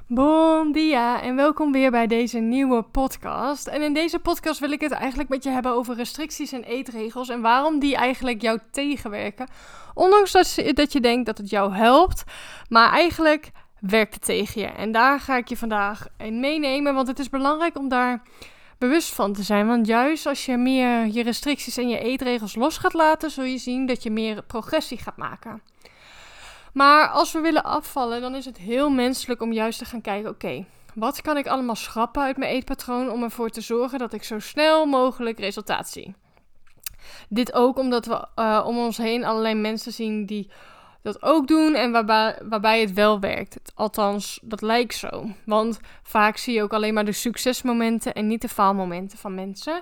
Bon dia en welkom weer bij deze nieuwe podcast. En in deze podcast wil ik het eigenlijk met je hebben over restricties en eetregels en waarom die eigenlijk jou tegenwerken. Ondanks dat je denkt dat het jou helpt, maar eigenlijk werkt het tegen je. En daar ga ik je vandaag in meenemen, want het is belangrijk om daar bewust van te zijn. Want juist als je meer je restricties en je eetregels los gaat laten, zul je zien dat je meer progressie gaat maken. Maar als we willen afvallen, dan is het heel menselijk om juist te gaan kijken, oké, wat kan ik allemaal schrappen uit mijn eetpatroon om ervoor te zorgen dat ik zo snel mogelijk resultaat zie. Dit ook omdat we om ons heen allerlei mensen zien die dat ook doen en waarbij het wel werkt. Althans, dat lijkt zo. Want vaak zie je ook alleen maar de succesmomenten en niet de faalmomenten van mensen.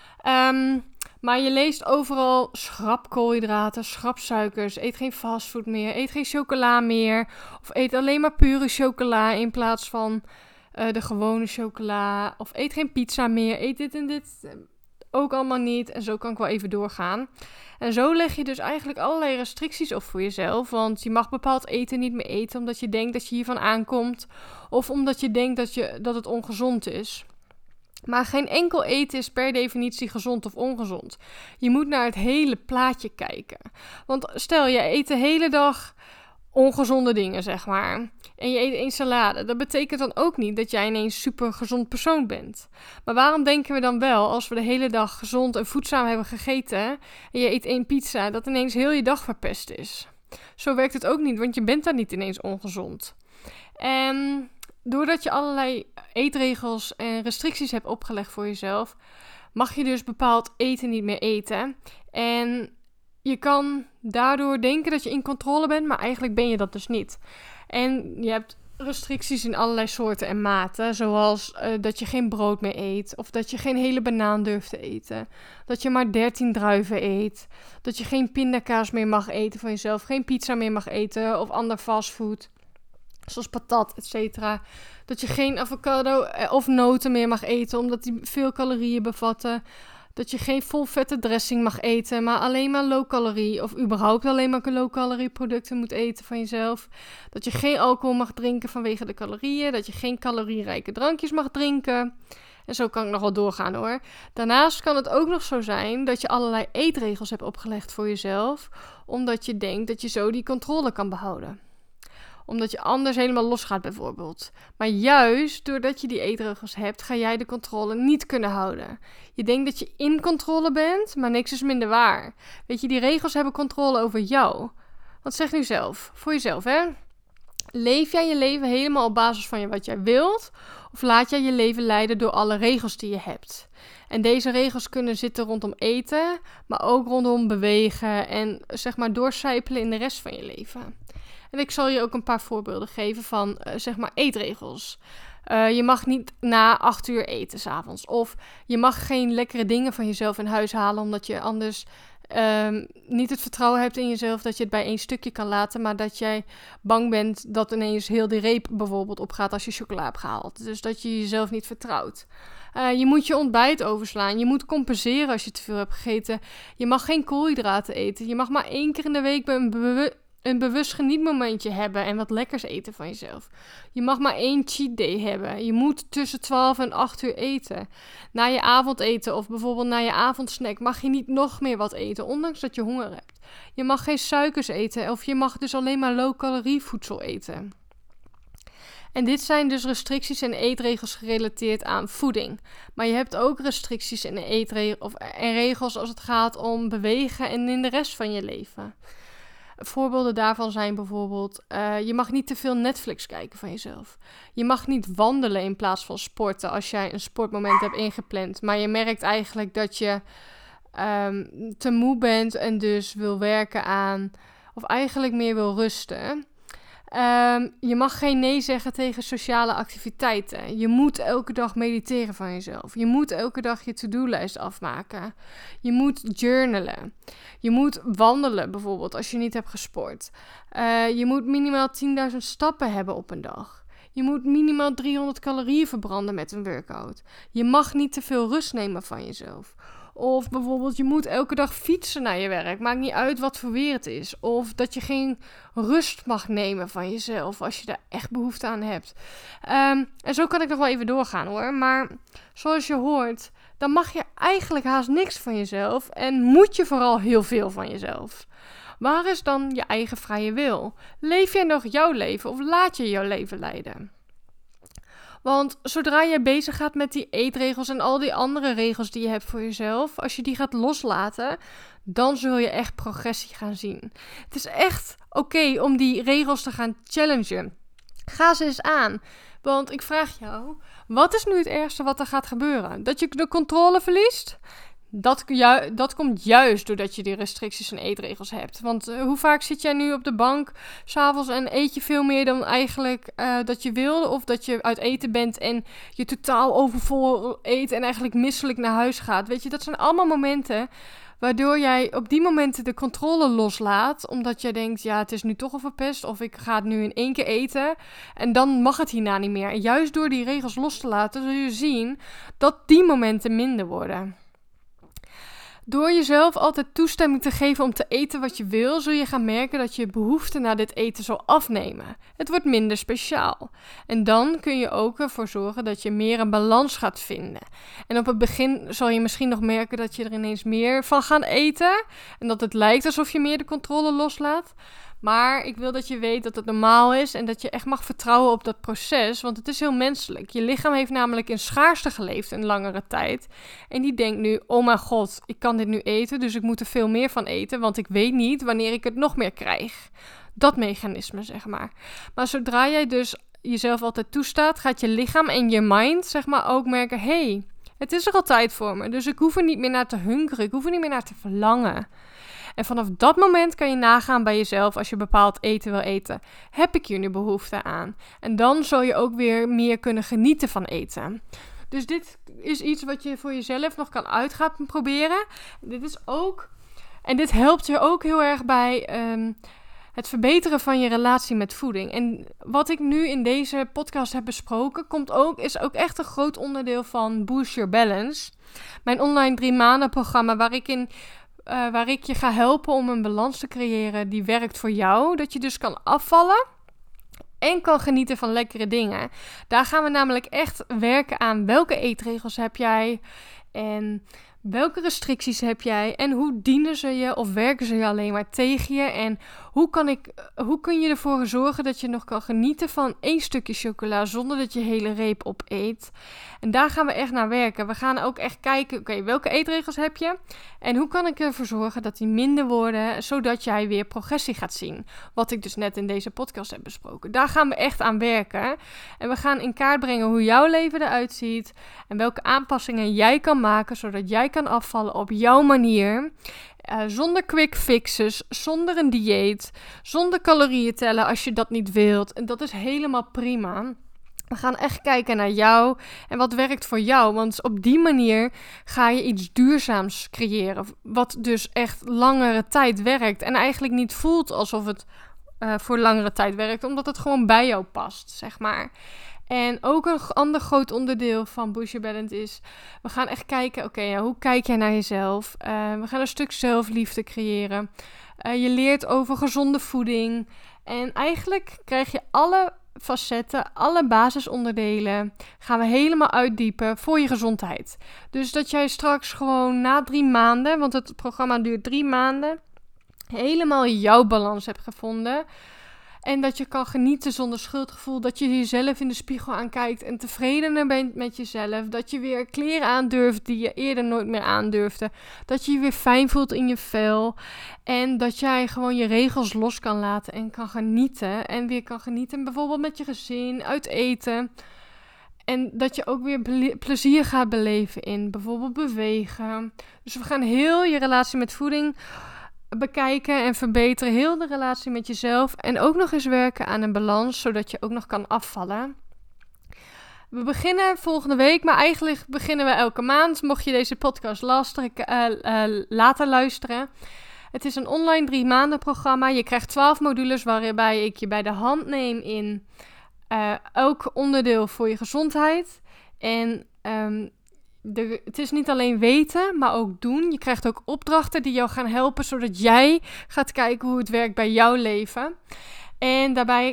Maar je leest overal schrap koolhydraten, schrap suikers, eet geen fastfood meer, eet geen chocola meer. Of eet alleen maar pure chocola in plaats van de gewone chocola. Of eet geen pizza meer, eet dit en dit ook allemaal niet. En zo kan ik wel even doorgaan. En zo leg je dus eigenlijk allerlei restricties op voor jezelf. Want je mag bepaald eten niet meer eten omdat je denkt dat je hiervan aankomt. Of omdat je denkt dat het ongezond is. Maar geen enkel eten is per definitie gezond of ongezond. Je moet naar het hele plaatje kijken. Want stel, je eet de hele dag ongezonde dingen, zeg maar. En je eet één salade. Dat betekent dan ook niet dat jij ineens super gezond persoon bent. Maar waarom denken we dan wel, als we de hele dag gezond en voedzaam hebben gegeten en je eet één pizza, dat ineens heel je dag verpest is? Zo werkt het ook niet, want je bent dan niet ineens ongezond. En doordat je allerlei eetregels en restricties hebt opgelegd voor jezelf, mag je dus bepaald eten niet meer eten. En je kan daardoor denken dat je in controle bent, maar eigenlijk ben je dat dus niet. En je hebt restricties in allerlei soorten en maten, zoals dat je geen brood meer eet, of dat je geen hele banaan durft te eten, dat je maar 13 druiven eet, dat je geen pindakaas meer mag eten van jezelf, geen pizza meer mag eten of ander fastfood, zoals patat, etc. Dat je geen avocado of noten meer mag eten, omdat die veel calorieën bevatten. Dat je geen volvette dressing mag eten, maar alleen maar low-calorie. Of überhaupt alleen maar low-calorie producten moet eten van jezelf. Dat je geen alcohol mag drinken vanwege de calorieën. Dat je geen calorierijke drankjes mag drinken. En zo kan ik nog wel doorgaan hoor. Daarnaast kan het ook nog zo zijn dat je allerlei eetregels hebt opgelegd voor jezelf. Omdat je denkt dat je zo die controle kan behouden. Omdat je anders helemaal losgaat bijvoorbeeld. Maar juist doordat je die eetregels hebt, ga jij de controle niet kunnen houden. Je denkt dat je in controle bent, maar niks is minder waar. Weet je, die regels hebben controle over jou. Want zeg nu zelf, voor jezelf hè. Leef jij je leven helemaal op basis van wat jij wilt? Of laat jij je leven leiden door alle regels die je hebt? En deze regels kunnen zitten rondom eten, maar ook rondom bewegen en zeg maar doorcijpelen in de rest van je leven. En ik zal je ook een paar voorbeelden geven van, zeg maar, eetregels. Je mag niet na 8 uur eten 's avonds. Of je mag geen lekkere dingen van jezelf in huis halen, omdat je anders niet het vertrouwen hebt in jezelf dat je het bij één stukje kan laten, maar dat jij bang bent dat ineens heel de reep bijvoorbeeld opgaat als je chocola hebt gehaald. Dus dat je jezelf niet vertrouwt. Je moet je ontbijt overslaan. Je moet compenseren als je te veel hebt gegeten. Je mag geen koolhydraten eten. Je mag maar 1 keer in de week een bewust genietmomentje hebben en wat lekkers eten van jezelf. Je mag maar 1 cheat day hebben. Je moet tussen 12 en 8 uur eten. Na je avondeten of bijvoorbeeld na je avondsnack mag je niet nog meer wat eten, ondanks dat je honger hebt. Je mag geen suikers eten of je mag dus alleen maar low-calorie voedsel eten. En dit zijn dus restricties en eetregels gerelateerd aan voeding. Maar je hebt ook restricties en regels als het gaat om bewegen en in de rest van je leven. Voorbeelden daarvan zijn bijvoorbeeld, je mag niet te veel Netflix kijken van jezelf. Je mag niet wandelen in plaats van sporten als jij een sportmoment hebt ingepland. Maar je merkt eigenlijk dat je te moe bent en dus wil werken aan, of eigenlijk meer wil rusten. Je mag geen nee zeggen tegen sociale activiteiten. Je moet elke dag mediteren van jezelf. Je moet elke dag je to-do-lijst afmaken. Je moet journalen. Je moet wandelen bijvoorbeeld als je niet hebt gesport. Je moet minimaal 10.000 stappen hebben op een dag. Je moet minimaal 300 calorieën verbranden met een workout. Je mag niet te veel rust nemen van jezelf. Of bijvoorbeeld je moet elke dag fietsen naar je werk. Maakt niet uit wat voor weer het is. Of dat je geen rust mag nemen van jezelf als je daar echt behoefte aan hebt. En zo kan ik nog wel even doorgaan hoor. Maar zoals je hoort, dan mag je eigenlijk haast niks van jezelf. En moet je vooral heel veel van jezelf. Waar is dan je eigen vrije wil? Leef jij nog jouw leven of laat je jouw leven leiden? Want zodra je bezig gaat met die eetregels en al die andere regels die je hebt voor jezelf, als je die gaat loslaten, dan zul je echt progressie gaan zien. Het is echt oké om die regels te gaan challengen. Ga ze eens aan. Want ik vraag jou, wat is nu het ergste wat er gaat gebeuren? Dat je de controle verliest? Dat komt juist doordat je die restricties en eetregels hebt. Want hoe vaak zit jij nu op de bank 's avonds en eet je veel meer dan eigenlijk dat je wilde? Of dat je uit eten bent en je totaal overvol eet en eigenlijk misselijk naar huis gaat? Weet je, dat zijn allemaal momenten waardoor jij op die momenten de controle loslaat. Omdat jij denkt, ja, het is nu toch al verpest. Of ik ga het nu in 1 keer eten. En dan mag het hierna niet meer. En juist door die regels los te laten, zul je zien dat die momenten minder worden. Door jezelf altijd toestemming te geven om te eten wat je wil, zul je gaan merken dat je behoefte naar dit eten zal afnemen. Het wordt minder speciaal. En dan kun je ook ervoor zorgen dat je meer een balans gaat vinden. En op het begin zal je misschien nog merken dat je er ineens meer van gaat eten. En dat het lijkt alsof je meer de controle loslaat. Maar ik wil dat je weet dat het normaal is en dat je echt mag vertrouwen op dat proces, want het is heel menselijk. Je lichaam heeft namelijk in schaarste geleefd een langere tijd. En die denkt nu, oh mijn god, ik kan dit nu eten, dus ik moet er veel meer van eten, want ik weet niet wanneer ik het nog meer krijg. Dat mechanisme, zeg maar. Maar zodra jij dus jezelf altijd toestaat, gaat je lichaam en je mind, zeg maar, ook merken, hey, het is er al tijd voor me, dus ik hoef er niet meer naar te hunkeren, ik hoef er niet meer naar te verlangen. En vanaf dat moment kan je nagaan bij jezelf als je bepaald eten wil eten. Heb ik hier nu behoefte aan? En dan zul je ook weer meer kunnen genieten van eten. Dus dit is iets wat je voor jezelf nog kan uit gaan proberen. Dit helpt je ook heel erg bij het verbeteren van je relatie met voeding. En wat ik nu in deze podcast heb besproken, is ook echt een groot onderdeel van Boost Your Balance. Mijn online 3 maanden programma waar ik je ga helpen om een balans te creëren die werkt voor jou. Dat je dus kan afvallen en kan genieten van lekkere dingen. Daar gaan we namelijk echt werken aan welke eetregels heb jij en welke restricties heb jij en hoe dienen ze je of werken ze je alleen maar tegen je en hoe kun je ervoor zorgen dat je nog kan genieten van 1 stukje chocola zonder dat je hele reep opeet. En daar gaan we echt naar werken. We gaan ook echt kijken, oké, welke eetregels heb je en hoe kan ik ervoor zorgen dat die minder worden, zodat jij weer progressie gaat zien. Wat ik dus net in deze podcast heb besproken. Daar gaan we echt aan werken. En we gaan in kaart brengen hoe jouw leven eruit ziet en welke aanpassingen jij kan maken, zodat jij kan afvallen op jouw manier. Zonder quick fixes, zonder een dieet, zonder calorieën tellen als je dat niet wilt. En dat is helemaal prima. We gaan echt kijken naar jou en wat werkt voor jou. Want op die manier ga je iets duurzaams creëren. Wat dus echt langere tijd werkt. En eigenlijk niet voelt alsof het voor langere tijd werkt. Omdat het gewoon bij jou past, zeg maar. En ook een ander groot onderdeel van Boost Your Balance is, we gaan echt kijken, hoe kijk jij naar jezelf? We gaan een stuk zelfliefde creëren. Je leert over gezonde voeding. En eigenlijk krijg je alle facetten, alle basisonderdelen, gaan we helemaal uitdiepen voor je gezondheid. Dus dat jij straks gewoon na 3 maanden, want het programma duurt 3 maanden, helemaal jouw balans hebt gevonden. En dat je kan genieten zonder schuldgevoel. Dat je jezelf in de spiegel aankijkt en tevredener bent met jezelf. Dat je weer kleren aandurft die je eerder nooit meer aandurfde. Dat je je weer fijn voelt in je vel. En dat jij gewoon je regels los kan laten en kan genieten. En weer kan genieten bijvoorbeeld met je gezin, uit eten. En dat je ook weer plezier gaat beleven in bijvoorbeeld bewegen. Dus we gaan heel je relatie met voeding bekijken en verbeteren, heel de relatie met jezelf en ook nog eens werken aan een balans, zodat je ook nog kan afvallen. We beginnen volgende week, maar eigenlijk beginnen we elke maand, mocht je deze podcast later luisteren. Het is een online 3 maanden programma. Je krijgt 12 modules waarbij ik je bij de hand neem in elk onderdeel voor je gezondheid. En het is niet alleen weten, maar ook doen. Je krijgt ook opdrachten die jou gaan helpen, zodat jij gaat kijken hoe het werkt bij jouw leven. En daarbij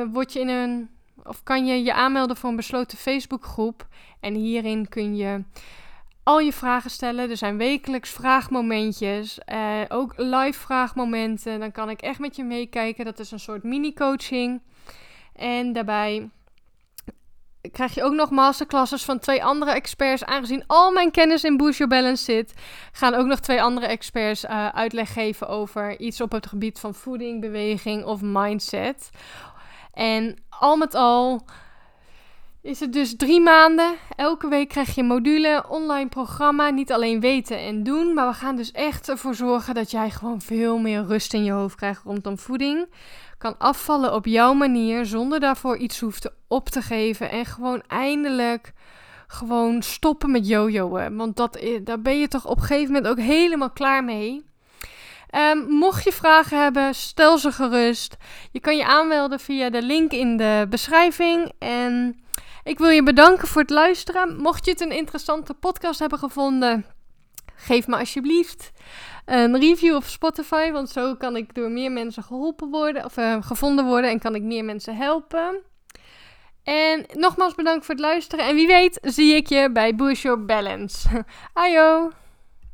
kan je je aanmelden voor een besloten Facebookgroep. En hierin kun je al je vragen stellen. Er zijn wekelijks vraagmomentjes, ook live vraagmomenten. Dan kan ik echt met je meekijken. Dat is een soort mini-coaching. En daarbij krijg je ook nog masterclasses van 2 andere experts. Aangezien al mijn kennis in Boost Your Balance zit, gaan ook nog 2 andere experts uitleg geven over iets op het gebied van voeding, beweging of mindset. En al met al is het dus 3 maanden. Elke week krijg je een module, online programma. Niet alleen weten en doen, maar we gaan dus echt ervoor zorgen dat jij gewoon veel meer rust in je hoofd krijgt rondom voeding. Kan afvallen op jouw manier, zonder daarvoor iets op te geven. En gewoon eindelijk gewoon stoppen met jojoen. Want daar ben je toch op een gegeven moment ook helemaal klaar mee. Mocht je vragen hebben, stel ze gerust. Je kan je aanmelden via de link in de beschrijving. En ik wil je bedanken voor het luisteren. Mocht je het een interessante podcast hebben gevonden, geef me alsjeblieft een review op Spotify. Want zo kan ik door meer mensen gevonden worden en kan ik meer mensen helpen. En nogmaals bedankt voor het luisteren. En wie weet zie ik je bij Boost Your Balance. Ajo!